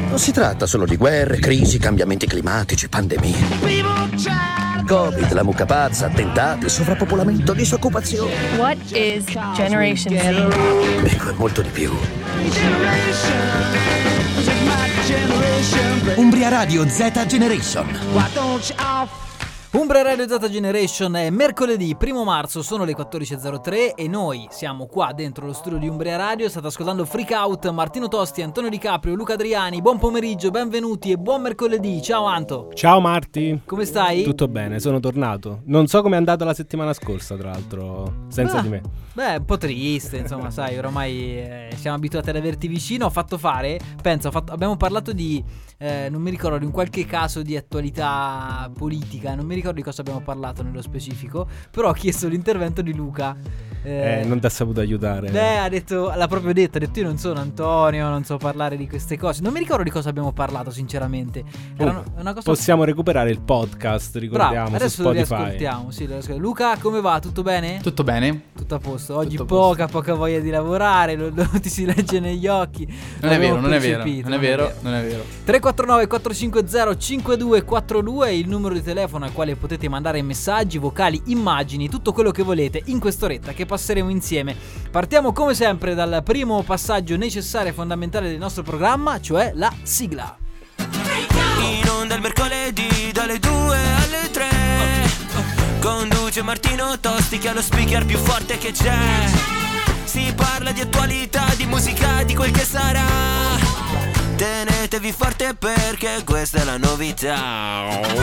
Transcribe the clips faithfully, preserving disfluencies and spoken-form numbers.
Non si tratta solo di guerre, crisi, cambiamenti climatici, pandemie. Covid, la mucca pazza, attentati, sovrappopolamento, disoccupazione. What is Generation Z? Ecco, è molto di più. Umbria Radio Z Generation. Umbria Radio Z Generation è mercoledì primo marzo, sono le quattordici e zero tre e noi siamo qua dentro lo studio di Umbria Radio. State ascoltando Freak Out, Martino Tosti, Antonio Di Caprio, Luca Adriani. Buon pomeriggio, benvenuti e buon mercoledì. Ciao Anto. Ciao Marti. Come stai? Tutto bene, sono tornato. Non so come è andata la settimana scorsa, tra l'altro, senza ah, di me. Beh, un po' triste, insomma, sai, ormai eh, siamo abituati ad averti vicino. Ho fatto fare, penso, ho fatto, abbiamo parlato di, eh, non mi ricordo, di un qualche caso di attualità politica, non mi ricordo di cosa abbiamo parlato nello specifico, però ho chiesto l'intervento di Luca. Eh, eh, non ti ha saputo aiutare. Beh, ha detto, l'ha proprio detto, ha detto io non sono Antonio, non so parlare di queste cose. Non mi ricordo di cosa abbiamo parlato, sinceramente. Era oh, una, una cosa... Possiamo recuperare il podcast, ricordiamo. Bravo, adesso su Spotify. lo riascoltiamo, sì, lo riascoltiamo. Luca, come va? Tutto bene? Tutto bene. Tutto a posto. Oggi Tutto poca, posto. poca voglia di lavorare, lo, lo, ti si legge negli occhi. Non è vero, non è vero, non è vero, non è vero. tre quattro nove quattro cinque zero cinque due quattro due è il numero di telefono al quale potete mandare messaggi, vocali, immagini, tutto quello che volete in quest'oretta che passeremo insieme. Partiamo come sempre dal primo passaggio necessario e fondamentale del nostro programma, cioè la sigla. In onda il mercoledì dalle due alle tre. Conduce Martino Tosti che è lo speaker più forte che c'è. Si parla di attualità, di musica, di quel che sarà. Tenetevi forte perché questa è la novità.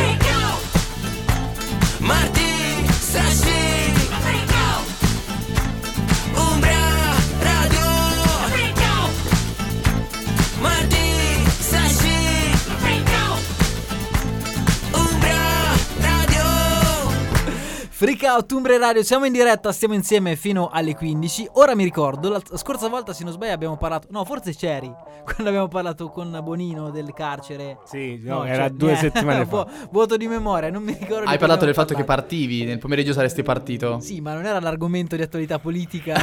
Marti, Sashi, Umbria Radio. Marti, Sashi, Umbria Radio. Freak Out, Umbria Radio, siamo in diretta, stiamo insieme fino alle quindici. Ora mi ricordo, la scorsa volta se non sbaglio abbiamo parlato, no forse c'eri, quando abbiamo parlato con Bonino del carcere. Sì, no, no era cioè, due eh, settimane fa. Vuoto di memoria, non mi ricordo. Hai parlato del fatto che partivi, nel pomeriggio saresti partito. Sì, ma non era l'argomento di attualità politica.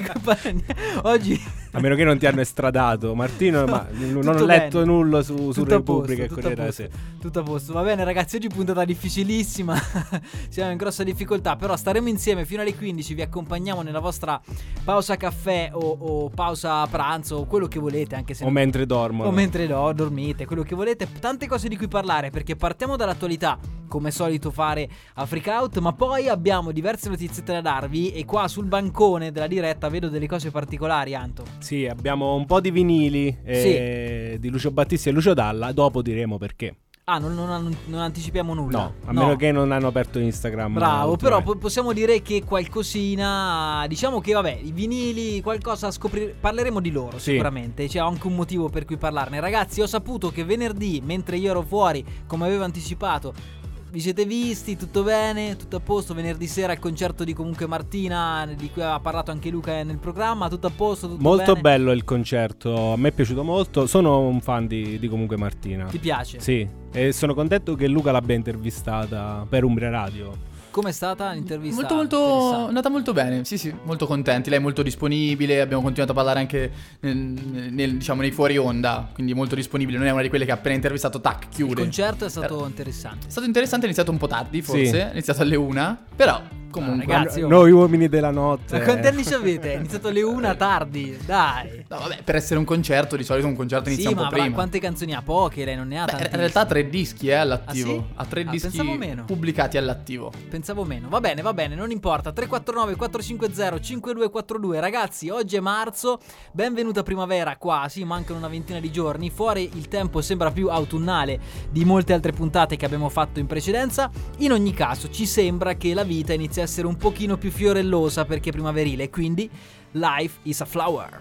Oggi a meno che non ti hanno estradato, Martino, no, ma non ho letto bene. nulla su, su Repubblica e Corriere della Sera. Tutto a posto, va bene ragazzi, oggi puntata difficilissima. Siamo in grossa difficoltà, però staremo insieme fino alle quindici, vi accompagniamo nella vostra pausa caffè o, o pausa pranzo o quello che volete, anche se o non... mentre dormono o mentre no, dormite, quello che volete. Tante cose di cui parlare, perché partiamo dall'attualità come solito fare a Freak Out, ma poi abbiamo diverse notiziette da darvi e qua sul bancone della diretta vedo delle cose particolari, Anto. Sì, abbiamo un po' di vinili eh, sì. di Lucio Battisti e Lucio Dalla, dopo diremo perché. Ah, non, non, non anticipiamo nulla. No, a no. meno che non hanno aperto Instagram. Bravo, però po- possiamo dire che qualcosina, diciamo che vabbè, i vinili, qualcosa scopriremo, parleremo di loro sì. Sicuramente, c'è anche un motivo per cui parlarne. Ragazzi, ho saputo che venerdì, mentre io ero fuori, come avevo anticipato, vi siete visti, tutto bene, tutto a posto. Venerdì sera il concerto di comunque Martina, di cui ha parlato anche Luca nel programma, tutto a posto, tutto molto bene. Bello il concerto, a me è piaciuto molto. Sono un fan di, di comunque Martina. Ti piace? Sì, e sono contento che Luca l'abbia intervistata per Umbria Radio. Com'è stata l'intervista? Molto molto è andata molto bene, sì sì, molto contenti. Lei è molto disponibile, abbiamo continuato a parlare anche nel, nel, diciamo nei fuori onda, quindi molto disponibile. Non è una di quelle che appena intervistato tac chiude. Il concerto è stato Era, interessante. È stato interessante, è iniziato un po' tardi forse, sì. È iniziato alle una, però comunque ah, ragazzi, oh, noi uomini della notte. Ma quanti anni avete? È iniziato alle una tardi, dai. No vabbè, per essere un concerto di solito un concerto inizia sì, un po' ma prima. Ma quante canzoni ha? Poche, lei non ne ha tante. In realtà ha tre dischi eh, all'attivo. Ah, sì? Ha tre ah, dischi meno. pubblicati all'attivo. Pensavo meno. Va bene, va bene, non importa. tre quattro nove quattro cinque zero cinque due quattro due. Ragazzi, oggi è marzo. Benvenuta primavera quasi, mancano una ventina di giorni. Fuori il tempo sembra più autunnale di molte altre puntate che abbiamo fatto in precedenza. In ogni caso, ci sembra che la vita inizi a essere un pochino più fiorellosa perché è primaverile, quindi life is a flower.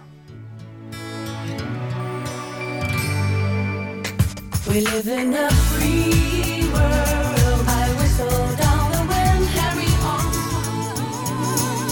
We live in a free world. I whistle down the wind, carry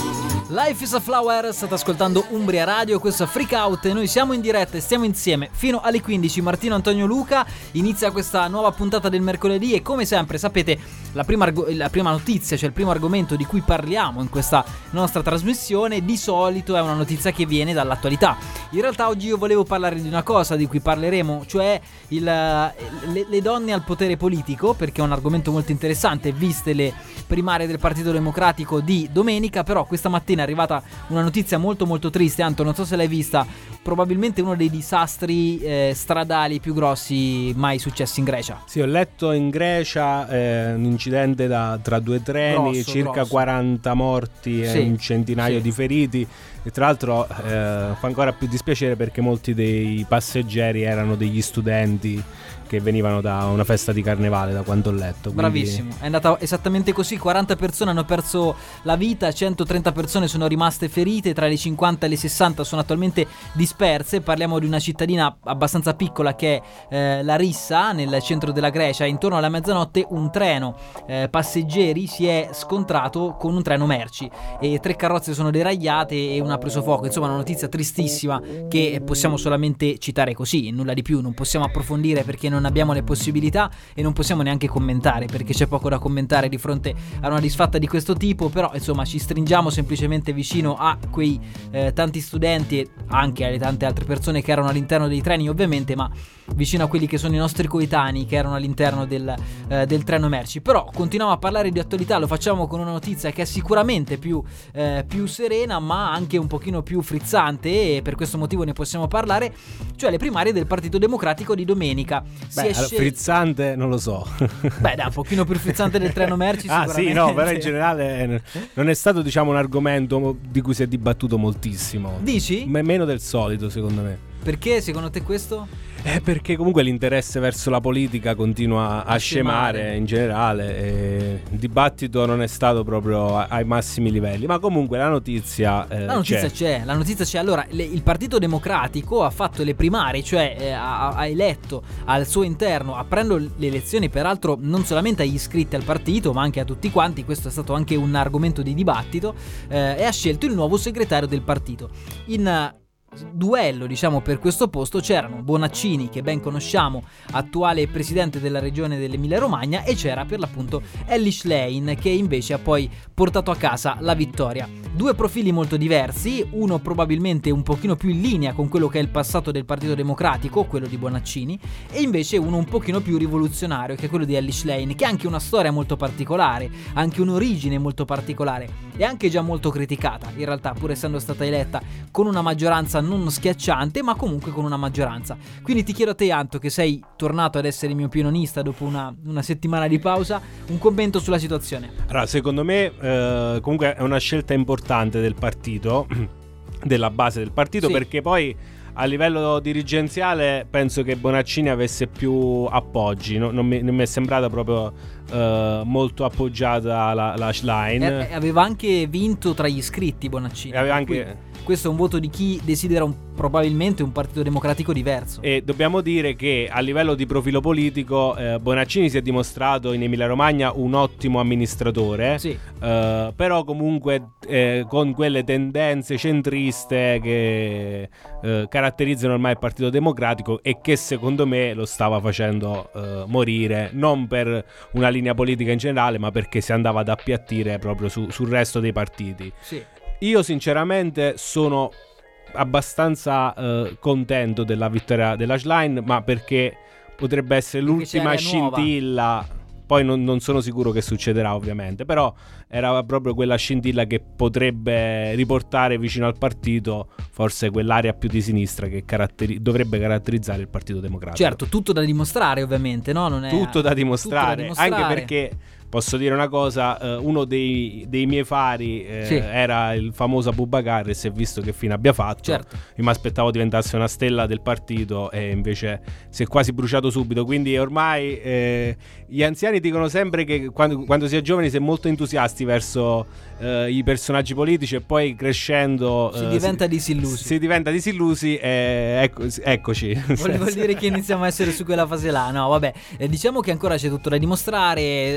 Life is a Flower, state ascoltando Umbria Radio, questo è Freak Out e noi siamo in diretta e stiamo insieme fino alle quindici. Martino, Antonio, Luca, inizia questa nuova puntata del mercoledì e come sempre sapete la prima, arg- la prima notizia, cioè il primo argomento di cui parliamo in questa nostra trasmissione di solito è una notizia che viene dall'attualità. In realtà oggi io volevo parlare di una cosa di cui parleremo, cioè il, le, le donne al potere politico, perché è un argomento molto interessante viste le primarie del Partito Democratico di domenica. Però questa mattina è arrivata una notizia molto molto triste, Anto, non so se l'hai vista, probabilmente uno dei disastri eh, stradali più grossi mai successi in Grecia. Sì, ho letto in Grecia eh, un incidente da, tra due treni, grosso, circa grosso. quaranta morti Sì, e un centinaio sì. di feriti. E tra l'altro eh, fa ancora più dispiacere perché molti dei passeggeri erano degli studenti che venivano da una festa di carnevale, da quanto ho letto. Quindi... Bravissimo, è andata esattamente così. quaranta persone hanno perso la vita, centotrenta persone sono rimaste ferite, tra le cinquanta e le sessanta sono attualmente disperse. Parliamo di una cittadina abbastanza piccola che è eh, Larissa, nel centro della Grecia. Intorno alla mezzanotte un treno eh, passeggeri si è scontrato con un treno merci e tre carrozze sono deragliate e una ha preso fuoco. Insomma, una notizia tristissima che possiamo solamente citare così, nulla di più, non possiamo approfondire perché non abbiamo le possibilità e non possiamo neanche commentare perché c'è poco da commentare di fronte a una disfatta di questo tipo. Però insomma ci stringiamo semplicemente vicino a quei eh, tanti studenti e anche alle tante altre persone che erano all'interno dei treni, ovviamente, ma vicino a quelli che sono i nostri coetanei che erano all'interno del, eh, del treno merci. Però continuiamo a parlare di attualità, lo facciamo con una notizia che è sicuramente più, eh, più serena ma anche un pochino più frizzante, e per questo motivo ne possiamo parlare, cioè le primarie del Partito Democratico di domenica. Si Beh, è allora, scel- frizzante non lo so. Beh, dai, un pochino più frizzante del treno merci Ah sicuramente. sì, no, però in generale non è stato, diciamo, un argomento di cui si è dibattuto moltissimo. Dici? M- meno del solito, secondo me. Perché secondo te questo? Eh, perché comunque l'interesse verso la politica continua a, a scemare, scemare in generale e il dibattito non è stato proprio ai massimi livelli, ma comunque la notizia eh, La notizia c'è. c'è, la notizia c'è. Allora, le, il Partito Democratico ha fatto le primarie, cioè eh, ha, ha eletto al suo interno, aprendo le elezioni peraltro non solamente agli iscritti al partito, ma anche a tutti quanti. Questo è stato anche un argomento di dibattito, eh, e ha scelto il nuovo segretario del partito. In duello, diciamo, per questo posto c'erano Bonaccini, che ben conosciamo, attuale presidente della regione dell'Emilia Romagna, e c'era per l'appunto Elly Schlein, che invece ha poi portato a casa la vittoria. Due profili molto diversi, uno probabilmente un pochino più in linea con quello che è il passato del Partito Democratico, quello di Bonaccini, e invece uno un pochino più rivoluzionario, che è quello di Elly Schlein, che ha anche una storia molto particolare, anche un'origine molto particolare e anche già molto criticata in realtà, pur essendo stata eletta con una maggioranza non schiacciante, ma comunque con una maggioranza. Quindi ti chiedo a te, Anto, che sei tornato ad essere mio opinionista dopo una, una settimana di pausa, un commento sulla situazione. Allora, secondo me eh, comunque è una scelta importante del partito, della base del partito, Sì. perché poi a livello dirigenziale penso che Bonaccini avesse più appoggi, no? non, mi, non mi è sembrata proprio uh, molto appoggiata la, la Schlein. E, aveva anche vinto tra gli iscritti Bonaccini. E aveva anche... Quindi questo è un voto di chi desidera un, probabilmente un Partito Democratico diverso. E dobbiamo dire che a livello di profilo politico eh, Bonaccini si è dimostrato in Emilia Romagna un ottimo amministratore, Sì. eh, però comunque eh, con quelle tendenze centriste che eh, caratterizzano ormai il Partito Democratico e che secondo me lo stava facendo eh, morire, non per una linea politica in generale, ma perché si andava ad appiattire proprio su, sul resto dei partiti. Sì. Io sinceramente sono abbastanza eh, contento della vittoria della Schlein, ma perché potrebbe essere Perché l'ultima c'è aria nuova. scintilla. Poi non, non sono sicuro che succederà, ovviamente, però era proprio quella scintilla che potrebbe riportare vicino al partito forse quell'area più di sinistra che caratteri- dovrebbe caratterizzare il Partito Democratico. Certo, tutto da dimostrare, ovviamente, no? Non è... Tutto da dimostrare, tutto da dimostrare. anche perché posso dire una cosa, eh, uno dei, dei miei fari eh, Sì. era il famoso Abubakar, e si è visto che fine abbia fatto. Certo. Io mi aspettavo diventasse una stella del partito e invece si è quasi bruciato subito, quindi ormai eh, gli anziani dicono sempre che quando, quando si è giovani si è molto entusiasti verso eh, i personaggi politici, e poi crescendo Si eh, diventa si, disillusi. si diventa disillusi e ecco, eccoci. Vuol, vuol dire che iniziamo a essere su quella fase là. No, vabbè, eh, diciamo che ancora c'è tutto da dimostrare, alcune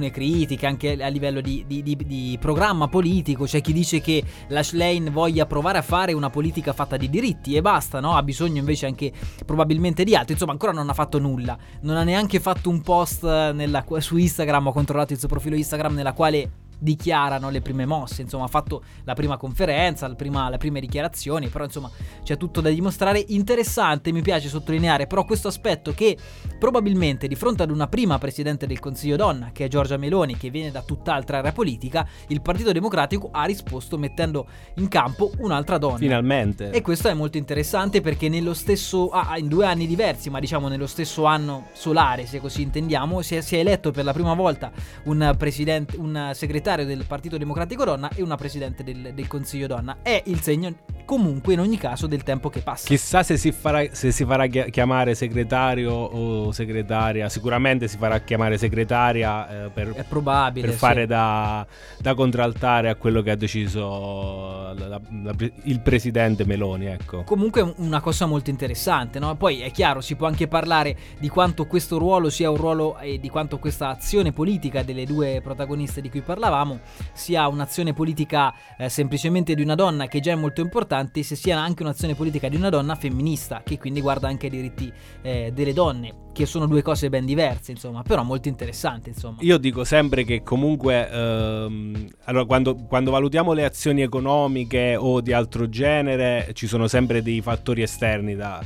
alcune critiche anche a livello di, di, di, di programma politico. C'è chi dice che la Schlein voglia provare a fare una politica fatta di diritti e basta, no? Ha bisogno invece anche probabilmente di altro. Insomma, ancora non ha fatto nulla, non ha neanche fatto un post nella, su Instagram. Ho controllato il suo profilo Instagram nella quale dichiarano le prime mosse. Insomma, ha fatto la prima conferenza, la prima, le prime dichiarazioni, però insomma c'è tutto da dimostrare. Interessante, mi piace sottolineare però questo aspetto, che probabilmente di fronte ad una prima Presidente del Consiglio donna, che è Giorgia Meloni, che viene da tutt'altra area politica, il Partito Democratico ha risposto mettendo in campo un'altra donna. Finalmente. E questo è molto interessante, perché nello stesso ah, in due anni diversi, ma diciamo nello stesso anno solare, se così intendiamo, si è, si è eletto per la prima volta un presidente, un segretario del Partito Democratico donna e una presidente del, del Consiglio donna. È il segno comunque in ogni caso del tempo che passa. Chissà se si farà, se si farà chiamare segretario o segretaria. Sicuramente si farà chiamare segretaria eh, per, è probabile, per fare sì. da, da contraltare a quello che ha deciso la, la, la, il presidente Meloni, ecco. Comunque una cosa molto interessante, no? Poi è chiaro, si può anche parlare di quanto questo ruolo sia un ruolo e di quanto questa azione politica delle due protagoniste di cui parlavamo sia un'azione politica eh, semplicemente di una donna, che già è molto importante, se sia anche un'azione politica di una donna femminista, che quindi guarda anche ai diritti eh, delle donne, che sono due cose ben diverse, insomma, però molto interessanti, insomma. Io dico sempre che comunque ehm, allora quando, quando valutiamo le azioni economiche o di altro genere ci sono sempre dei fattori esterni da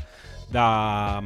da,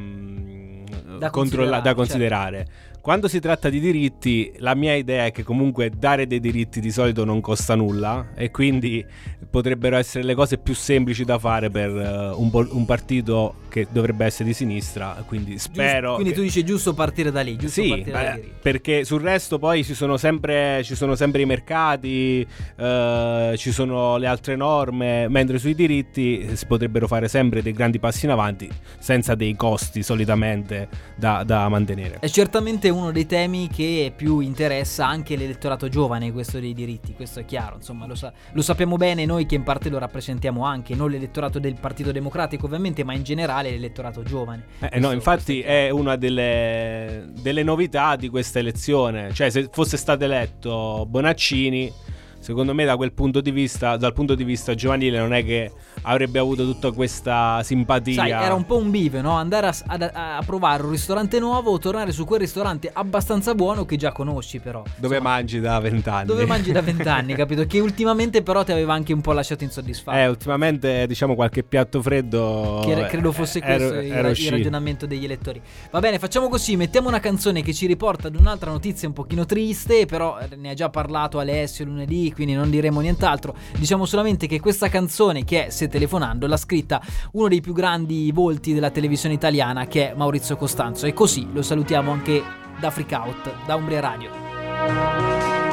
da controlla- da considerare, considerare. Certo. Quando si tratta di diritti, la mia idea è che comunque dare dei diritti di solito non costa nulla, e quindi potrebbero essere le cose più semplici da fare per uh, un, po- un partito che dovrebbe essere di sinistra, quindi spero... Giusto, quindi che... tu dici giusto partire da lì, giusto sì, partire beh, da lì. Perché sul resto poi ci sono sempre, ci sono sempre i mercati, uh, ci sono le altre norme, mentre sui diritti si potrebbero fare sempre dei grandi passi in avanti senza dei costi solitamente da, da mantenere. È certamente uno dei temi che più interessa anche l'elettorato giovane, questo dei diritti, questo è chiaro, insomma lo, sa- lo sappiamo bene noi che in parte lo rappresentiamo anche, non l'elettorato del Partito Democratico ovviamente, ma in generale l'elettorato giovane. Eh, questo, no, infatti è, è una delle, delle novità di questa elezione, cioè se fosse stato eletto Bonaccini, secondo me da quel punto di vista, dal punto di vista giovanile, non è che avrebbe avuto tutta questa simpatia. Sai, era un po' un bivio, no? Andare a, a, a provare un ristorante nuovo o tornare su quel ristorante abbastanza buono che già conosci, però. Dove Insomma, mangi da vent'anni. Dove mangi da vent'anni, capito? Che ultimamente però ti aveva anche un po' lasciato insoddisfatto. Eh, ultimamente diciamo qualche piatto freddo. Che era, credo fosse questo ero, il, ero il ragionamento degli elettori. Va bene, facciamo così, mettiamo una canzone che ci riporta ad un'altra notizia un pochino triste, però ne ha già parlato Alessio lunedì, quindi non diremo nient'altro. Diciamo solamente che questa canzone, che è Se telefonando, l'ha scritta uno dei più grandi volti della televisione italiana, che è Maurizio Costanzo, e così lo salutiamo anche da Freak Out, da Umbria Radio.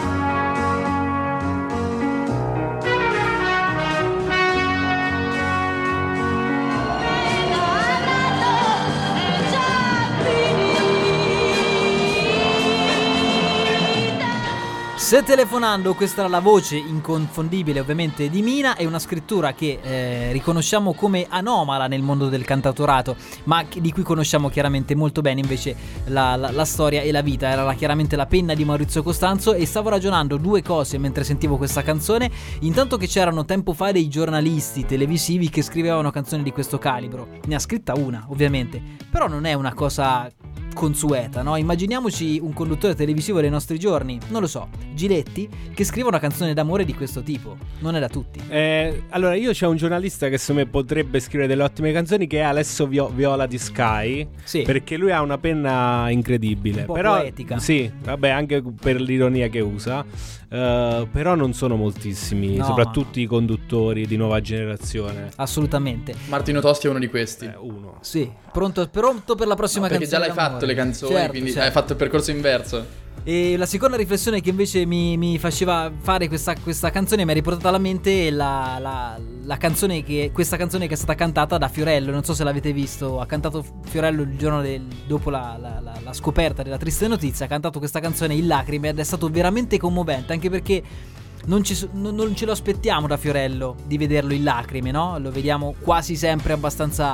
Se telefonando, questa era la voce inconfondibile ovviamente di Mina, è una scrittura che eh, riconosciamo come anomala nel mondo del cantautorato, ma che, di cui conosciamo chiaramente molto bene invece la, la, la storia e la vita. Era la, chiaramente la penna di Maurizio Costanzo, e stavo ragionando due cose mentre sentivo questa canzone. Intanto che c'erano tempo fa dei giornalisti televisivi che scrivevano canzoni di questo calibro, ne ha scritta una ovviamente, però non è una cosa consueta, no? Immaginiamoci un conduttore televisivo dei nostri giorni, non lo so, Giletti, che scrive una canzone d'amore di questo tipo. Non è da tutti. Eh, allora, io c'è un giornalista che secondo me potrebbe scrivere delle ottime canzoni, che è Alessio Vio- Viola di Sky, sì, perché lui ha una penna incredibile, un po' però, poetica. Sì, vabbè, anche per l'ironia che usa. Uh, però non sono moltissimi, no, soprattutto no. i conduttori di nuova generazione. Assolutamente. Martino Tosti è uno di questi. Eh, uno. Sì, pronto, pronto per la prossima no, perché canzone. Perché già l'hai d'amore. fatto le canzoni, certo, quindi certo. hai fatto il percorso inverso. E la seconda riflessione che invece mi, mi faceva fare questa, questa canzone, mi ha riportato alla mente la, la, la canzone che questa canzone che è stata cantata da Fiorello. Non so se l'avete visto, ha cantato Fiorello il giorno del, dopo la, la, la, la scoperta della triste notizia. Ha cantato questa canzone in lacrime ed è stato veramente commovente, anche perché non, ci, non, non ce lo aspettiamo da Fiorello di vederlo in lacrime, no? Lo vediamo quasi sempre abbastanza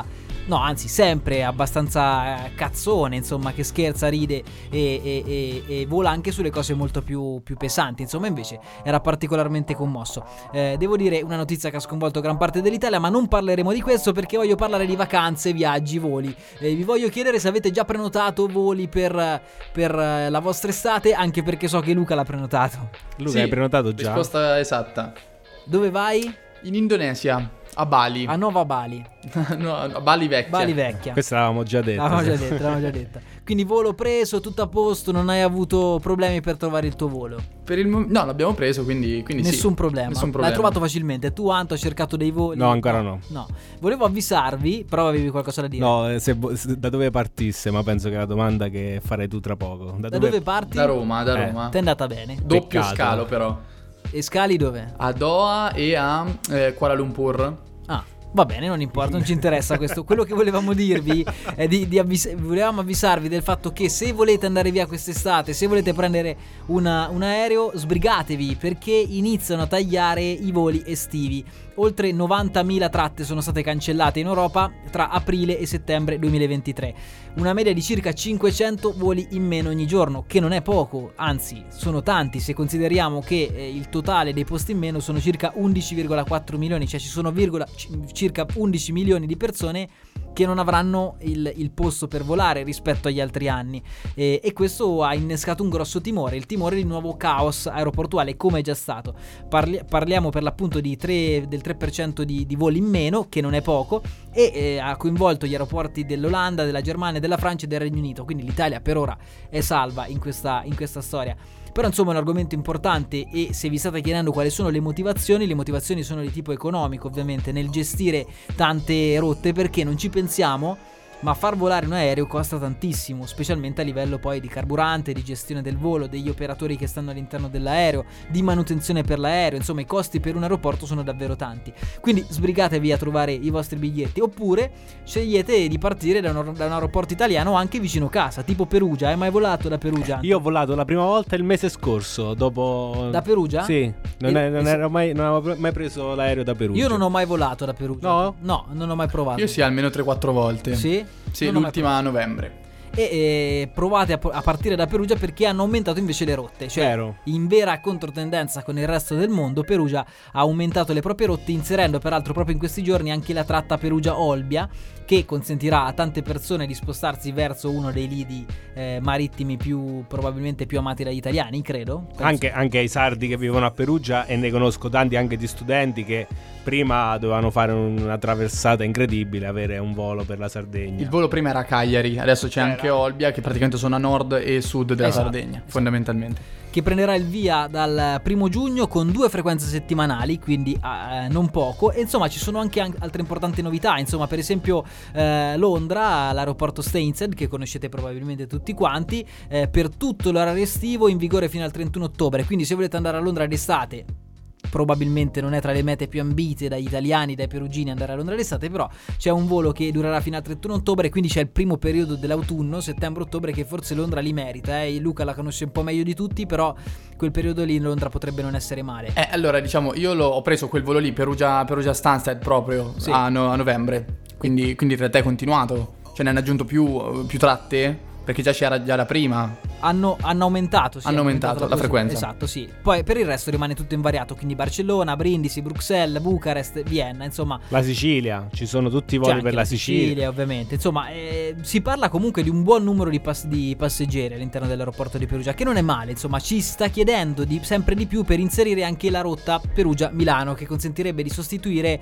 no, anzi sempre abbastanza eh, cazzone, insomma, che scherza, ride e, e, e, e vola anche sulle cose molto più, più pesanti, insomma. Invece era particolarmente commosso. Eh, devo dire, una notizia che ha sconvolto gran parte dell'Italia, ma non parleremo di questo perché voglio parlare di vacanze, viaggi, voli. Eh, vi voglio chiedere se avete già prenotato voli per, per la vostra estate, anche perché so che Luca l'ha prenotato. Luca, Sì, hai prenotato già? Risposta esatta. Dove vai? In Indonesia, a Bali. A Nova Bali. No, a Bali vecchia. Bali vecchia. Questa l'avevamo già detta. L'avevamo già sì. detta, l'avevamo già detta. Quindi volo preso, tutto a posto, non hai avuto problemi per trovare il tuo volo? Per il mom- no, l'abbiamo preso, quindi, quindi sì. Nessun problema. Nessun L'hai problema. trovato facilmente. Tu, Anto, hai cercato dei voli? No, ancora no. No. Volevo avvisarvi, però avevi qualcosa da dire. No, se, vo- se- da dove partisse, ma penso che è la domanda che farai tu tra poco. Da dove parti? Da Roma, da Eh. Roma. Ti è andata bene. Doppio Peccato. scalo però. E scali dove? A Doha e a eh, Kuala Lumpur. Ah, va bene, non importa, non ci interessa questo. Quello che volevamo dirvi è di, di avvis- volevamo avvisarvi del fatto che se volete andare via quest'estate, se volete prendere una- un aereo, sbrigatevi perché iniziano a tagliare i voli estivi. Oltre novantamila tratte sono state cancellate in Europa tra aprile e settembre duemilaventitré. Una media di circa cinquecento voli in meno ogni giorno, che non è poco, anzi sono tanti se consideriamo che eh, il totale dei posti in meno sono circa undici virgola quattro milioni, cioè ci sono virgola, c- circa undici milioni di persone che non avranno il, il posto per volare rispetto agli altri anni, e, e questo ha innescato un grosso timore, il timore di nuovo caos aeroportuale, come è già stato. Parli- parliamo per l'appunto di tre, del tre per cento di, di voli in meno, che non è poco, e eh, ha coinvolto gli aeroporti dell'Olanda, della Germania, della Francia e del Regno Unito, quindi l'Italia per ora è salva in questa, in questa storia. Però insomma è un argomento importante, e se vi state chiedendo quali sono le motivazioni, le motivazioni sono di tipo economico, ovviamente, nel gestire tante rotte, perché non ci pensiamo, ma far volare un aereo costa tantissimo, specialmente a livello poi di carburante, di gestione del volo, degli operatori che stanno all'interno dell'aereo, di manutenzione per l'aereo, insomma i costi per un aeroporto sono davvero tanti. Quindi sbrigatevi a trovare i vostri biglietti, oppure scegliete di partire da un, da un aeroporto italiano anche vicino casa, tipo Perugia. Hai mai volato da Perugia? Io ho volato la prima volta il mese scorso, dopo... Da Perugia? Sì, non, E- è- non e- ero mai, non avevo mai preso l'aereo da Perugia. Io non ho mai volato da Perugia. No? No, non ho mai provato. Io sì, almeno tre quattro volte. Sì? Sì, Non ho mai l'ultima a novembre. E eh, provate a, a partire da Perugia, perché hanno aumentato invece le rotte, cioè Vero. in vera controtendenza con il resto del mondo. Perugia ha aumentato le proprie rotte, inserendo peraltro proprio in questi giorni anche la tratta Perugia-Olbia, che consentirà a tante persone di spostarsi verso uno dei lidi eh, marittimi più probabilmente più amati dagli italiani, credo. Penso. Anche, anche ai sardi che vivono a Perugia, e ne conosco tanti anche di studenti che prima dovevano fare una traversata incredibile, avere un volo per la Sardegna. Il volo prima era a Cagliari, adesso c'è Era. anche Olbia, che praticamente sono a nord e sud della Esatto, Sardegna, esatto. fondamentalmente. Che prenderà il via dal primo giugno con due frequenze settimanali, quindi eh, non poco. E insomma ci sono anche an- altre importanti novità, insomma per esempio eh, Londra, l'aeroporto Stansted, che conoscete probabilmente tutti quanti, eh, per tutto l'orario estivo in vigore fino al trentuno ottobre, quindi se volete andare a Londra d'estate, probabilmente non è tra le mete più ambite dagli italiani, dai perugini, andare a Londra d'estate, però c'è un volo che durerà fino al trentuno ottobre, quindi c'è il primo periodo dell'autunno, settembre-ottobre, che forse Londra li merita, eh. Luca la conosce un po' meglio di tutti, però quel periodo lì in Londra potrebbe non essere male. Eh, allora diciamo, io l'ho, ho preso quel volo lì, Perugia, Perugia Stansted proprio, Sì. a, no- a novembre, quindi, quindi in realtà è continuato, cioè ne hanno aggiunto più, più tratte, perché già c'era già la prima. Hanno, hanno aumentato, sì, Hanno aumentato la pos- frequenza. Esatto, sì. Poi per il resto rimane tutto invariato, quindi Barcellona, Brindisi, Bruxelles, Bucarest, Vienna, insomma. La Sicilia, ci sono tutti i C'è voli anche per la Sicilia. ovviamente. Insomma, eh, si parla comunque di un buon numero di, pass- di passeggeri all'interno dell'aeroporto di Perugia, che non è male. Insomma, ci sta chiedendo di, sempre di più per inserire anche la rotta Perugia-Milano, che consentirebbe di sostituire,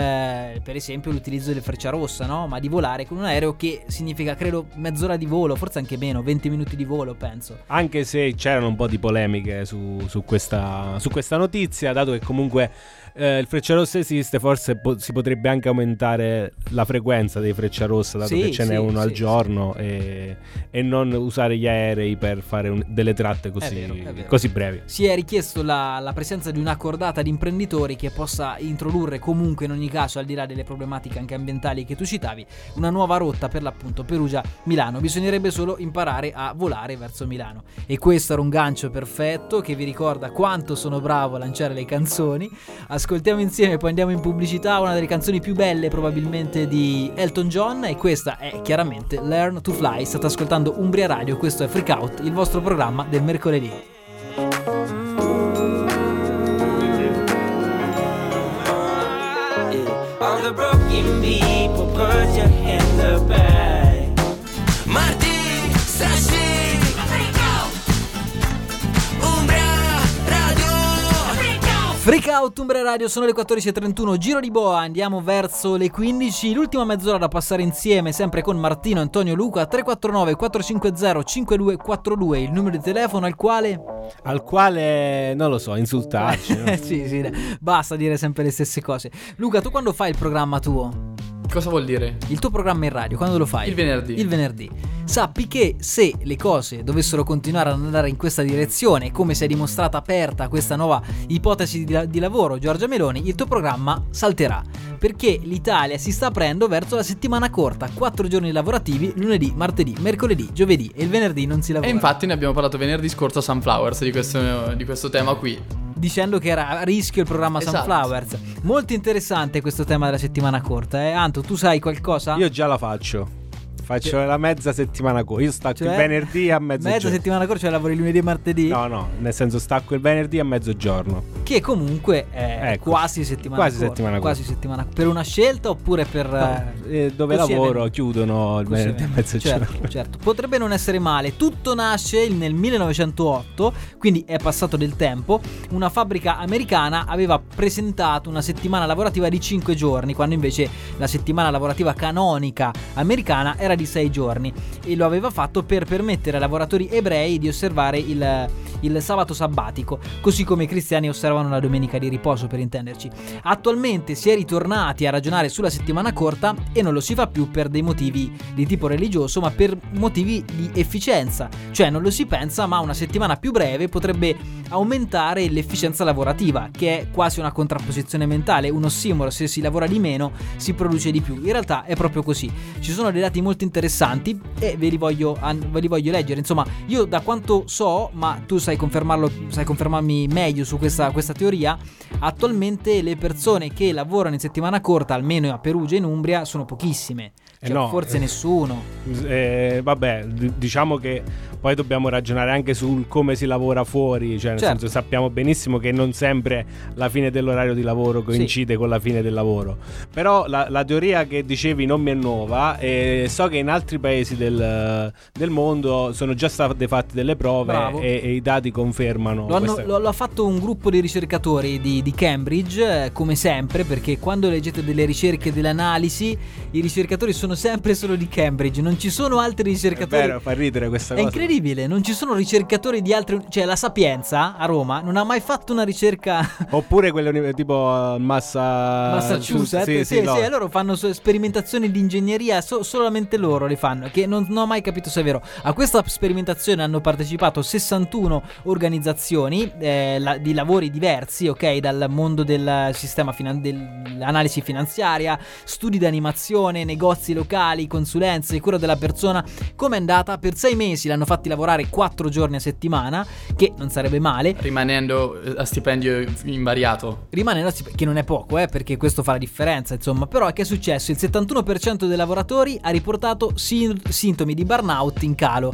eh, per esempio, l'utilizzo del Frecciarossa, no? Ma di volare con un aereo, che significa, credo, mezz'ora di volo, forse anche meno, venti minuti di volo, penso. Anche se c'erano un po' di polemiche su, su, questa, su questa notizia, dato che comunque eh, il Frecciarossa esiste, forse po- si potrebbe anche aumentare la frequenza dei Frecciarossa, dato Sì, che ce n'è sì, uno sì, al giorno, e, e non usare gli aerei per fare un- delle tratte così, È vero, è vero. così brevi. Si è richiesto la, la presenza di una cordata di imprenditori che possa introdurre comunque, in ogni caso, al di là delle problematiche anche ambientali che tu citavi, una nuova rotta per l'appunto Perugia-Milano. Bisognerebbe solo imparare a volare verso Terzo Milano. E questo era un gancio perfetto che vi ricorda quanto sono bravo a lanciare le canzoni. Ascoltiamo insieme, poi andiamo in pubblicità, una delle canzoni più belle probabilmente di Elton John, e questa è chiaramente Learn to Fly. State ascoltando Umbria Radio, questo è Freak Out, il vostro programma del mercoledì. All the broken people, put your hands up high. Martì, Sashi, Umbria Radio. Freak Out, Umbria Radio, sono le quattordici e trentuno, giro di boa, andiamo verso le quindici, l'ultima mezz'ora da passare insieme, sempre con Martino, Antonio, Luca. Tre quattro nove quattro cinque zero cinque due quattro due, il numero di telefono al quale... Al quale, non lo so, insultarci. No? sì, sì, basta dire sempre le stesse cose. Luca, tu quando fai il programma tuo? Cosa vuol dire? Il tuo programma in radio, quando lo fai? Il venerdì. Il venerdì. Sappi che se le cose dovessero continuare ad andare in questa direzione, come si è dimostrata aperta questa nuova ipotesi di, di lavoro Giorgia Meloni, il tuo programma salterà. Perché l'Italia si sta aprendo verso la settimana corta, quattro giorni lavorativi, lunedì, martedì, mercoledì, giovedì, e il venerdì non si lavora. E infatti ne abbiamo parlato venerdì scorso a Sunflowers di questo, di questo tema qui, dicendo che era a rischio il programma esatto. Sunflowers. Molto interessante questo tema della settimana corta, eh? Anto, tu sai qualcosa? Io già la faccio. Faccio Cioè- la mezza settimana corta. Io stacco Cioè? il venerdì a mezzogiorno. Mezza settimana corta, cioè lavori lunedì e martedì? No, no, nel senso stacco il venerdì a mezzogiorno. Che comunque è Ecco. quasi settimana Quasi corta. settimana Quasi settimana per una scelta oppure per No, eh, dove così è lavoro venuto. chiudono il Così è venerdì a venuto. mezzogiorno. Certo, certo. Potrebbe non essere male. Tutto nasce nel millenovecentootto, quindi è passato del tempo. Una fabbrica americana aveva presentato una settimana lavorativa di cinque giorni, quando invece la settimana lavorativa canonica americana era di sei giorni, e lo aveva fatto per permettere ai lavoratori ebrei di osservare il, il sabato sabbatico, così come i cristiani osservano la domenica di riposo, per intenderci. Attualmente si è ritornati a ragionare sulla settimana corta e non lo si fa più per dei motivi di tipo religioso, ma per motivi di efficienza. Cioè non lo si pensa, ma una settimana più breve potrebbe aumentare l'efficienza lavorativa, che è quasi una contrapposizione mentale, un ossimoro: se si lavora di meno si produce di più. In realtà è proprio così. Ci sono dei dati molto interessanti e ve li voglio, ve li voglio leggere. Insomma, io da quanto so, ma tu sai confermarlo, sai confermarmi meglio su questa, questa teoria, attualmente le persone che lavorano in settimana corta, almeno a Perugia in Umbria, sono pochissime. Cioè, Eh no, forse eh. nessuno. Eh, vabbè, d- diciamo che poi dobbiamo ragionare anche sul come si lavora fuori, cioè nel Certo. senso, sappiamo benissimo che non sempre la fine dell'orario di lavoro coincide con la fine del lavoro. Però la, la teoria che dicevi non mi è nuova, e so che in altri paesi del, del mondo sono già state fatte delle prove Bravo. e, e i dati confermano Lo, hanno, questa- lo, lo ha fatto un gruppo di ricercatori di, di Cambridge, eh, come sempre, perché quando leggete delle ricerche, delle analisi, i ricercatori sono sempre solo di Cambridge, non ci sono altri È ricercatori. vero, fa ridere questa È cosa. incredibile, non ci sono ricercatori di altre. Cioè, la Sapienza a Roma non ha mai fatto una ricerca. Oppure quelle uni- tipo uh, Massa... Massachusetts, sì, sì, sì, no. sì, loro fanno so- sperimentazioni di ingegneria, so- solamente loro le fanno, che non, non ho mai capito se è vero. A questa sperimentazione hanno partecipato sessantuno organizzazioni eh, la- di lavori diversi, ok, dal mondo del sistema finan- dell'analisi finanziaria, studi di animazione, negozi locali, consulenze, cura della persona. Come è andata? Per sei mesi l'hanno fatti lavorare quattro giorni a settimana, che non sarebbe male. rimanendo eh, a stipendio invariato. Rimane no, che non è poco, eh, perché questo fa la differenza, insomma. Però che è successo? Il settantuno per cento dei lavoratori ha riportato sin- sintomi di burnout in calo.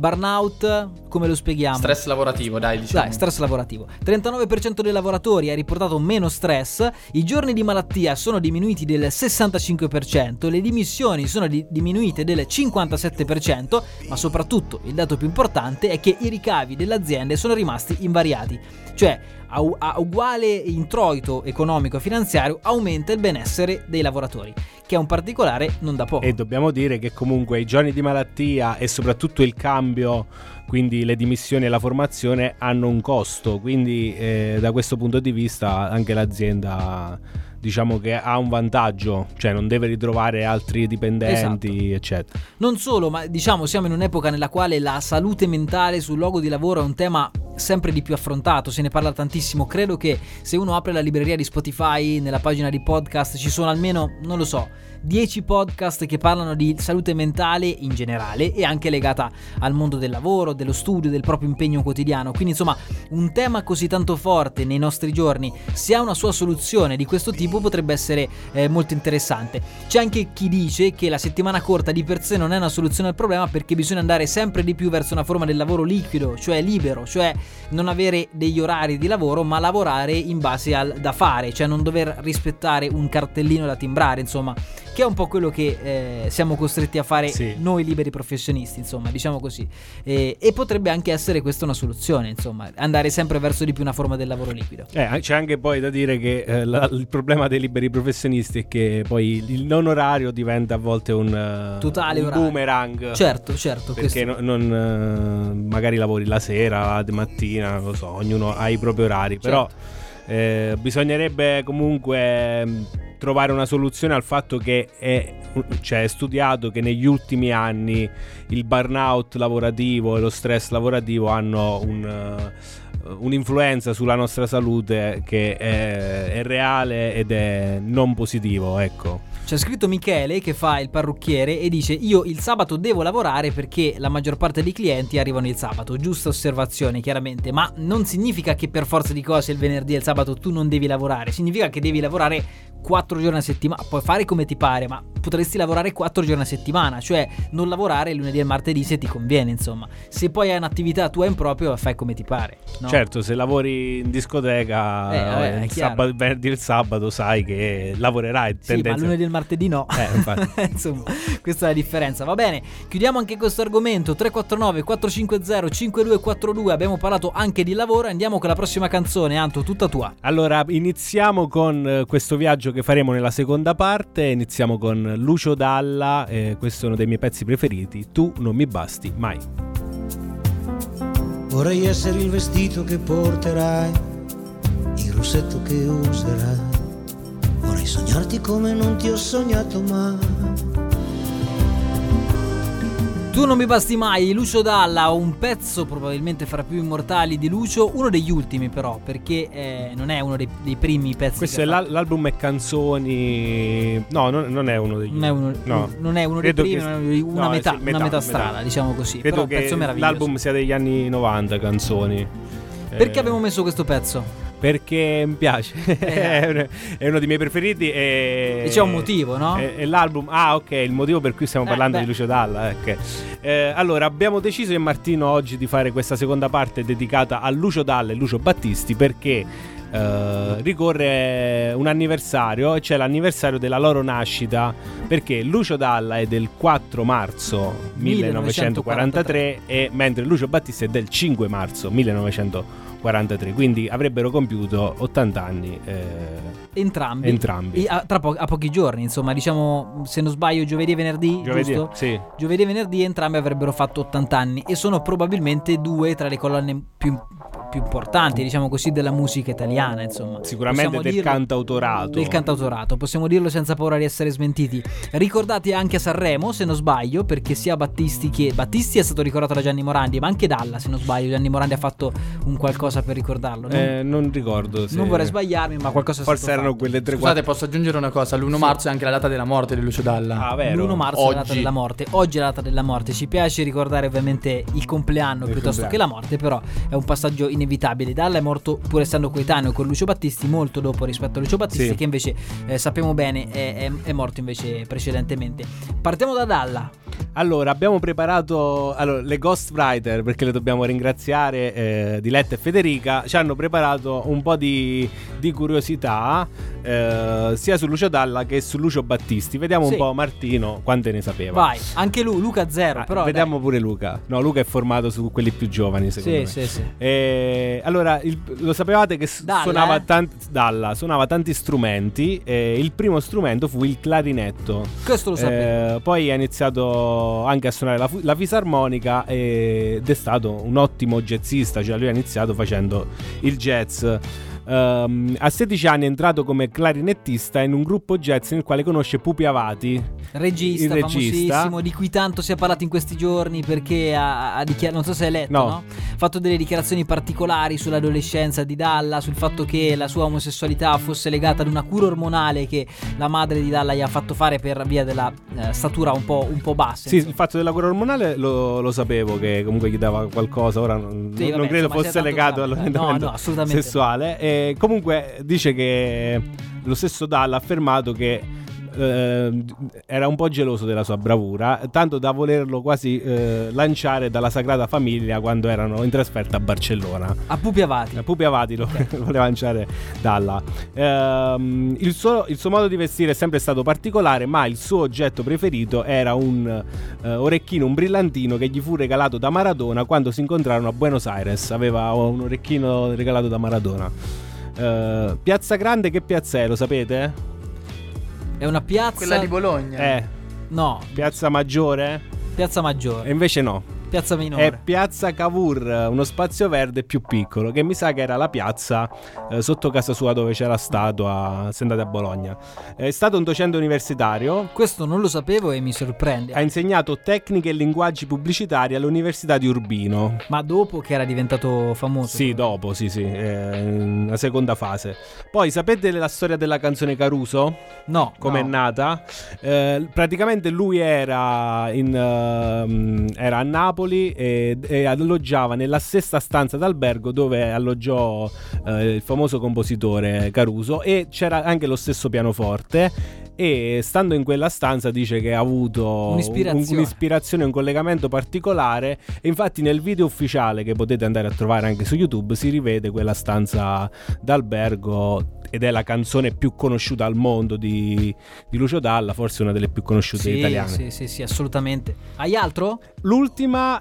Burnout, come lo spieghiamo? Stress lavorativo, dai, diciamo. Dai, stress lavorativo. trentanove per cento dei lavoratori ha riportato meno stress, i giorni di malattia sono diminuiti del sessantacinque per cento, le dimissioni sono di- diminuite del cinquantasette per cento, ma soprattutto il dato più importante è che i ricavi delle aziende sono rimasti invariati. Cioè, a, u- a uguale introito economico e finanziario aumenta il benessere dei lavoratori, che è un particolare non da poco. E dobbiamo dire che comunque i giorni di malattia e soprattutto il cambio, quindi le dimissioni e la formazione, hanno un costo, quindi eh, da questo punto di vista anche l'azienda, diciamo che ha un vantaggio, cioè non deve ritrovare altri dipendenti, Esatto. eccetera. Non solo, ma diciamo siamo in un'epoca nella quale la salute mentale sul luogo di lavoro è un tema sempre di più affrontato, se ne parla tantissimo. Credo che se uno apre la libreria di Spotify, nella pagina di podcast ci sono almeno, non lo so, dieci podcast che parlano di salute mentale in generale e anche legata al mondo del lavoro, dello studio, del proprio impegno quotidiano. Quindi insomma, un tema così tanto forte nei nostri giorni, se ha una sua soluzione di questo tipo, potrebbe essere eh, molto interessante. C'è anche chi dice che la settimana corta di per sé non è una soluzione al problema, perché bisogna andare sempre di più verso una forma del lavoro liquido, cioè libero, cioè non avere degli orari di lavoro ma lavorare in base al da fare, cioè non dover rispettare un cartellino da timbrare, insomma, che è un po' quello che eh, siamo costretti a fare sì. noi liberi professionisti, insomma, diciamo così. E, e potrebbe anche essere questa una soluzione, insomma, andare sempre verso di più una forma del lavoro liquido. Eh, c'è anche poi da dire che eh, la, il problema dei liberi professionisti è che poi il non orario diventa a volte un, Totale un orario. boomerang. Certo, certo. Perché questo... non, non magari lavori la sera, la mattina, non lo so, ognuno ha i propri orari, certo. Però eh, bisognerebbe comunque trovare una soluzione al fatto che è, cioè, è studiato che negli ultimi anni il burnout lavorativo e lo stress lavorativo hanno un, uh, un'influenza sulla nostra salute che è, è reale ed è non positivo, ecco. C'è scritto Michele che fa il parrucchiere e dice: io il sabato devo lavorare perché la maggior parte dei clienti arrivano il sabato. Giusta osservazione, chiaramente, ma non significa che per forza di cose il venerdì e il sabato tu non devi lavorare. Significa che devi lavorare quattro giorni a settimana. Puoi fare come ti pare, ma potresti lavorare quattro giorni a settimana, cioè non lavorare il lunedì e il martedì se ti conviene, insomma. Se poi hai un'attività tua in proprio, fai come ti pare, no? Certo, se lavori in discoteca eh, vabbè, il, sabato, il venerdì e il sabato sai che lavorerai. Sì, ma lunedì e il martedì no. Eh, infatti. Insomma, questa è la differenza. Va bene, chiudiamo anche questo argomento. Tre quattro nove quattro cinque zero cinque due quattro due. Abbiamo parlato anche di lavoro. Andiamo con la prossima canzone, Anto, tutta tua. Allora, iniziamo con eh, questo viaggio che faremo nella seconda parte. Iniziamo con Lucio Dalla, eh, questo è uno dei miei pezzi preferiti, Tu non mi basti mai. Vorrei essere il vestito che porterai, il rossetto che userai, vorrei sognarti come non ti ho sognato mai. Tu non mi basti mai, Lucio Dalla, un pezzo probabilmente fra più immortali di Lucio, uno degli ultimi però, perché eh, non è uno dei, dei primi pezzi. Questo è l'al- l'album è Canzoni. No, non, non è uno degli non è uno, no. non è uno Credo dei primi, che... una, no, metà, sì, metà, una metà metà strada, diciamo così. Credo però un che pezzo meraviglioso. L'album sia degli anni novanta, Canzoni. Perché eh... abbiamo messo questo pezzo? Perché mi piace, eh. è uno dei miei preferiti e, e c'è un motivo, no? E, e l'album, ah ok, il motivo per cui stiamo eh, parlando beh. di Lucio Dalla, okay. eh, Allora, abbiamo deciso io e Martino oggi di fare questa seconda parte dedicata a Lucio Dalla e Lucio Battisti perché eh, ricorre un anniversario, e c'è l'anniversario della loro nascita, perché Lucio Dalla è del quattro marzo millenovecentoquarantatré e mentre Lucio Battisti è del cinque marzo millenovecentoquarantatré, quindi avrebbero compiuto ottanta anni eh, entrambi, entrambi. A, tra po- a pochi giorni, insomma, diciamo, se non sbaglio giovedì e venerdì, giovedì, giusto? Sì. Giovedì e venerdì entrambi avrebbero fatto ottanta anni e sono probabilmente due tra le colonne più, più importanti, diciamo così, della musica italiana, insomma. Sicuramente possiamo del dirlo, cantautorato. Del cantautorato, possiamo dirlo senza paura di essere smentiti. Ricordati anche a Sanremo, se non sbaglio, perché sia Battisti che Battisti è stato ricordato da Gianni Morandi, ma anche Dalla, se non sbaglio. Gianni Morandi ha fatto un qualcosa per ricordarlo, non, eh, non ricordo se... non vorrei sbagliarmi, ma qualcosa è forse stato erano fatto. quelle tre Scusate, quattro... posso aggiungere una cosa? L'primo Sì. marzo è anche la data della morte di Lucio Dalla. Ah, vero? l'primo marzo Oggi. è la data della morte. Oggi è la data della morte. Ci piace ricordare ovviamente il compleanno Il piuttosto compleanno. che la morte, però è un passaggio inevitabile. Dalla è morto, pur essendo coetaneo con Lucio Battisti, molto dopo rispetto a Lucio Battisti, Sì. che invece eh, sappiamo bene è, è, è morto invece precedentemente. Partiamo da Dalla. Allora, abbiamo preparato allora, le ghostwriter, perché le dobbiamo ringraziare, eh, Diletta e Federica, ci hanno preparato un po' di, di curiosità eh, sia su Lucio Dalla che su Lucio Battisti. Vediamo Sì. un po' Martino quante ne sapeva. Vai, anche lui, Luca zero, Ah, però vediamo dai. pure Luca. No, Luca è formato su quelli più giovani, secondo Sì, me. sì, sì. Eh, allora, il- lo sapevate che s- Dalla, suonava, eh? tanti, Dalla, suonava tanti strumenti. Eh, il primo strumento fu il clarinetto. Questo lo sapevo. Eh, poi ha iniziato anche a suonare la, fu- la fisarmonica ed è stato un ottimo jazzista, cioè lui ha iniziato facendo il jazz. Um, a sedici anni è entrato come clarinettista in un gruppo jazz nel quale conosce Pupi Avati, regista, il regista famosissimo, di cui tanto si è parlato in questi giorni perché ha, ha dichiarato, non so se hai letto, no. no? Ha fatto delle dichiarazioni particolari sull'adolescenza di Dalla, sul fatto che la sua omosessualità fosse legata ad una cura ormonale che la madre di Dalla gli ha fatto fare per via della eh, statura un po', un po' bassa. Sì, insomma. il fatto della cura ormonale lo, lo sapevo che comunque gli dava qualcosa, ora non, Sì, vabbè, non credo insomma, fosse legato all'orientamento no, no, assolutamente sessuale. E comunque dice che lo stesso Dalla ha affermato che eh, era un po' geloso della sua bravura, tanto da volerlo quasi eh, lanciare dalla Sagrada Famiglia quando erano in trasferta a Barcellona. A Pupi Avati. A Pupi Avati lo okay. voleva lanciare Dalla. Ehm, il, suo, il suo modo di vestire è sempre stato particolare, ma il suo oggetto preferito era un uh, orecchino, un brillantino che gli fu regalato da Maradona quando si incontrarono a Buenos Aires. Aveva un orecchino regalato da Maradona. Uh, Piazza Grande, che piazza è? Lo sapete? È una piazza... Quella di Bologna. Eh. No. Piazza Maggiore? Piazza Maggiore. E invece no. Piazza Minore. È Piazza Cavour, uno spazio verde più piccolo, che mi sa che era la piazza eh, sotto casa sua dove c'è la statua, se andate a Bologna. È stato un docente universitario. Questo non lo sapevo e mi sorprende. Ha insegnato tecniche e linguaggi pubblicitari all'Università di Urbino. Ma dopo che era diventato famoso? Sì, dopo, sì, sì, eh, la seconda fase. Poi sapete la storia della canzone Caruso? No. Come no. è nata? Eh, praticamente lui era, in, uh, era a Napoli E, e alloggiava nella stessa stanza d'albergo dove alloggiò eh, il famoso compositore Caruso, e c'era anche lo stesso pianoforte, e stando in quella stanza dice che ha avuto un'ispirazione, un, un'ispirazione un collegamento particolare, e infatti nel video ufficiale che potete andare a trovare anche su YouTube si rivede quella stanza d'albergo, ed è la canzone più conosciuta al mondo di, di Lucio Dalla, forse una delle più conosciute sì, italiane. Sì, sì, sì, assolutamente. Hai altro? L'ultima,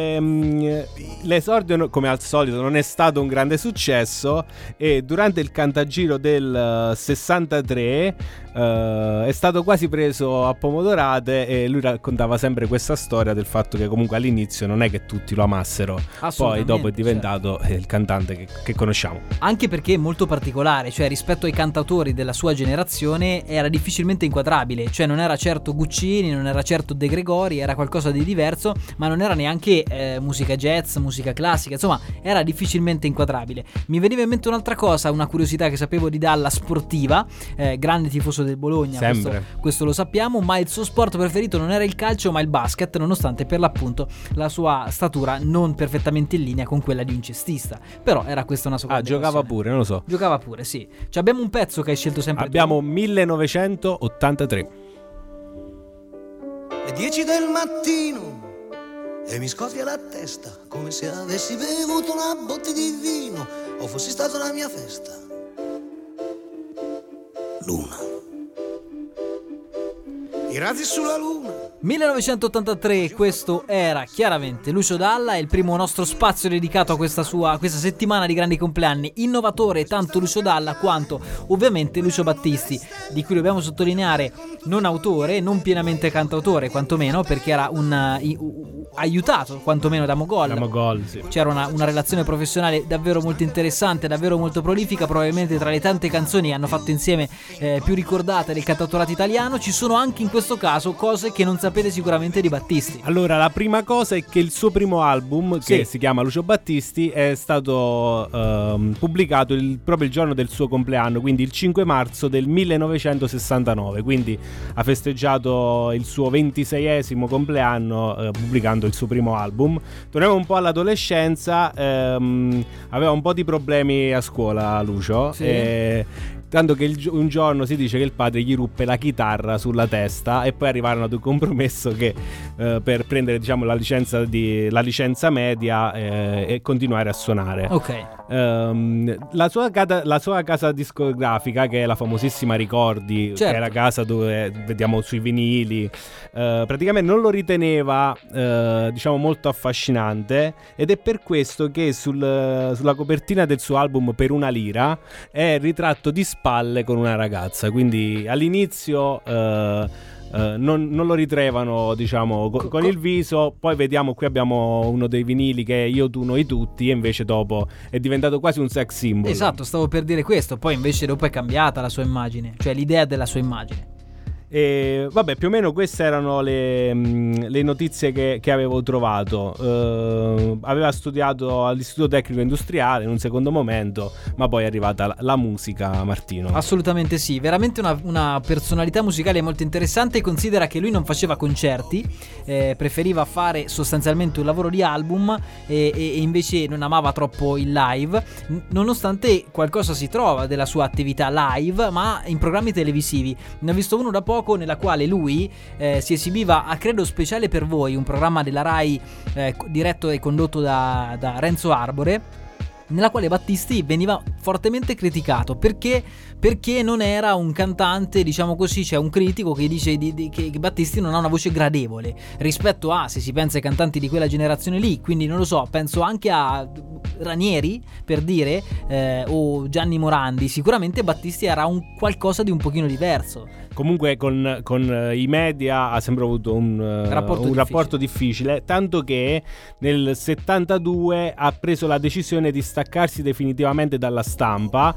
ehm, l'esordio come al solito non è stato un grande successo, e durante il Cantagiro del uh, sessantatré uh, è stato quasi preso a pomodorate, e lui raccontava sempre questa storia del fatto che comunque all'inizio non è che tutti lo amassero, poi dopo è diventato certo. il cantante che, che conosciamo. Anche perché è molto particolare, cioè rispetto ai cantautori della sua generazione era difficilmente inquadrabile, cioè non era certo Guccini, non era certo De Gregori, era qualcosa di diverso, ma non era neanche eh, musica jazz, musica classica, insomma era difficilmente inquadrabile. Mi veniva in mente un'altra cosa, una curiosità che sapevo di Dalla sportiva, eh, grande tifoso del Bologna, questo, questo lo sappiamo, ma il suo sport preferito non era il calcio ma il basket, nonostante per l'appunto la sua statura non perfettamente in linea con quella di un cestista, però era questa una sua ah giocava passione. pure, non lo so, giocava pure, sì. Cioè, abbiamo un pezzo che hai scelto sempre abbiamo tu. millenovecentottantatré. Le dieci del mattino e mi scoppia la testa come se avessi bevuto una botte di vino o fossi stato alla mia festa. Luna, i razzi sulla luna. millenovecentottantatré, questo era chiaramente Lucio Dalla, è il primo nostro spazio dedicato a questa sua a questa settimana di grandi compleanni. Innovatore tanto Lucio Dalla quanto ovviamente Lucio Battisti, di cui dobbiamo sottolineare non autore, non pienamente cantautore, quantomeno perché era un uh, uh, aiutato quantomeno da Mogol. Da Mogol, sì. C'era una, una relazione professionale davvero molto interessante, davvero molto prolifica, probabilmente tra le tante canzoni che hanno fatto insieme eh, più ricordate del cantautorato italiano. Ci sono anche in questo caso cose che non sapete sicuramente di Battisti. Allora, la prima cosa è che il suo primo album, sì. che si chiama Lucio Battisti, è stato uh, pubblicato il, proprio il giorno del suo compleanno, quindi il cinque marzo del millenovecentosessantanove, quindi ha festeggiato il suo ventiseiesimo compleanno uh, pubblicando il suo primo album. Torniamo un po' all'adolescenza, um, aveva un po' di problemi a scuola Lucio, sì. e tanto che il, un giorno si dice che il padre gli ruppe la chitarra sulla testa, e poi arrivarono ad un compromesso che eh, per prendere, diciamo, la licenza di la licenza media eh, e continuare a suonare. Ok. Um, la, sua casa, la sua casa discografica, che è la famosissima Ricordi, certo. che è la casa dove vediamo sui vinili, eh, praticamente non lo riteneva eh, diciamo molto affascinante, ed è per questo che sul, sulla copertina del suo album Per una lira è il ritratto di spalle con una ragazza, quindi all'inizio uh, Uh, non, non lo ritrevano, diciamo, co- con il viso. Poi vediamo, qui abbiamo uno dei vinili che è Io, tu, noi, tutti, e invece dopo è diventato quasi un sex symbol. Esatto, stavo per dire questo. Poi invece dopo è cambiata la sua immagine, cioè l'idea della sua immagine. E vabbè, più o meno queste erano le, mh, le notizie che, che avevo trovato. Uh, aveva studiato all'Istituto Tecnico Industriale in un secondo momento, ma poi è arrivata la, la musica, Martino. Assolutamente sì, veramente una, una personalità musicale molto interessante. Considera che lui non faceva concerti, eh, preferiva fare sostanzialmente un lavoro di album e, e invece non amava troppo il live, n- nonostante qualcosa si trova della sua attività live, ma in programmi televisivi. Ne ho visto uno da poco nella quale lui eh, si esibiva a Credo Speciale per Voi, un programma della Rai eh, diretto e condotto da, da Renzo Arbore, nella quale Battisti veniva fortemente criticato perché, perché non era un cantante, diciamo così. C'è un critico che dice di, di, che Battisti non ha una voce gradevole rispetto a, se si pensa ai cantanti di quella generazione lì, quindi non lo so, penso anche a Ranieri, per dire, eh, o Gianni Morandi. Sicuramente Battisti era un qualcosa di un pochino diverso. Comunque con, con i media ha sempre avuto un, rapporto, un difficile. rapporto difficile, tanto che nel settantadue ha preso la decisione di staccarsi definitivamente dalla stampa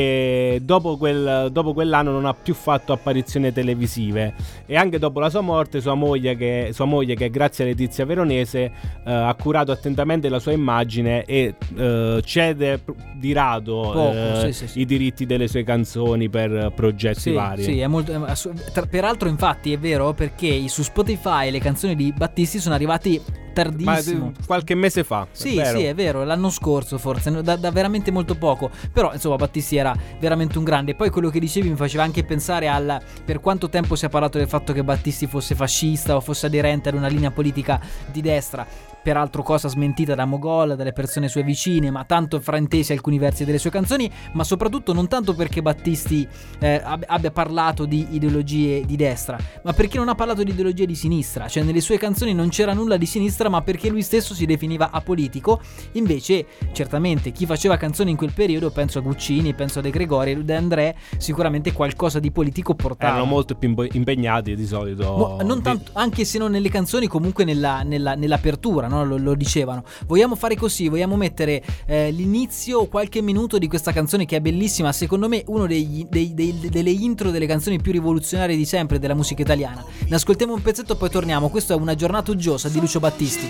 e dopo, quel, dopo quell'anno non ha più fatto apparizioni televisive. E anche dopo la sua morte sua moglie che, sua moglie, che grazie a Letizia Veronese eh, ha curato attentamente la sua immagine e eh, cede di rado Poco, eh, sì, sì, sì. i diritti delle sue canzoni per progetti sì, vari. Sì, è molto. Tra, peraltro, infatti, è vero, perché su Spotify le canzoni di Battisti sono arrivati tardissimo. Ma qualche mese fa. Sì, è vero. sì, è vero, l'anno scorso forse, da, da veramente molto poco. Però, insomma, Battisti era veramente un grande. Poi quello che dicevi mi faceva anche pensare al per quanto tempo si è parlato del fatto che Battisti fosse fascista o fosse aderente ad una linea politica di destra. Peraltro cosa smentita da Mogol, dalle persone sue vicine, ma tanto fraintesi alcuni versi delle sue canzoni, ma soprattutto non tanto perché Battisti eh, abbia parlato di ideologie di destra, ma perché non ha parlato di ideologie di sinistra. Cioè nelle sue canzoni non c'era nulla di sinistra, ma perché lui stesso si definiva apolitico. Invece certamente chi faceva canzoni in quel periodo, penso a Guccini, penso a De Gregori, De André, sicuramente qualcosa di politico portava. Erano molto più impegnati di solito. Mo, non tanto, anche se non nelle canzoni, comunque nella, nella, nell'apertura, no? Lo, lo dicevano. Vogliamo fare così, vogliamo mettere eh, l'inizio, qualche minuto di questa canzone che è bellissima, secondo me uno degli, dei, dei, delle intro delle canzoni più rivoluzionarie di sempre della musica italiana. Ne ascoltiamo un pezzetto e poi torniamo. Questo è Una giornata uggiosa di Lucio Battisti.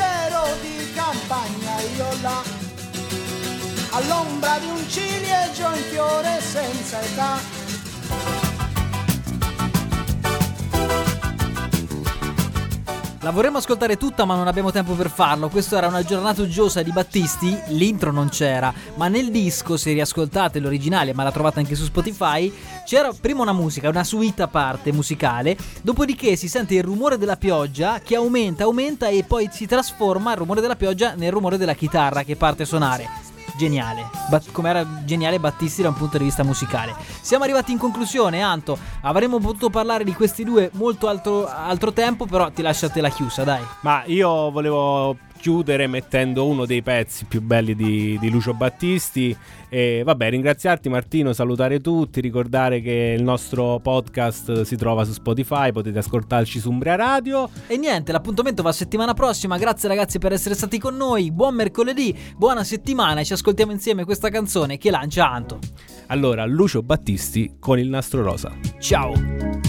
Di campagna io là, all'ombra di un ciliegio in fiore senza età. La vorremmo ascoltare tutta, ma non abbiamo tempo per farlo. Questo era Una giornata uggiosa di Battisti. L'intro non c'era, ma nel disco, se riascoltate l'originale, ma la trovate anche su Spotify, c'era prima una musica, una suite a parte musicale. Dopodiché si sente il rumore della pioggia che aumenta, aumenta e poi si trasforma il rumore della pioggia nel rumore della chitarra che parte a suonare. Geniale, Bat- come era geniale Battisti da un punto di vista musicale. Siamo arrivati in conclusione, Anto. Avremmo potuto parlare di questi due molto altro, altro tempo, però ti lascio a te la chiusa, dai. Ma io volevo chiudere mettendo uno dei pezzi più belli di, di Lucio Battisti. E vabbè, ringraziarti Martino, salutare tutti, ricordare che il nostro podcast si trova su Spotify, potete ascoltarci su Umbria Radio. E niente, l'appuntamento va settimana prossima. Grazie ragazzi per essere stati con noi. Buon mercoledì, buona settimana e ci ascoltiamo insieme questa canzone che lancia Anto. Allora, Lucio Battisti con Il nastro rosa. Ciao.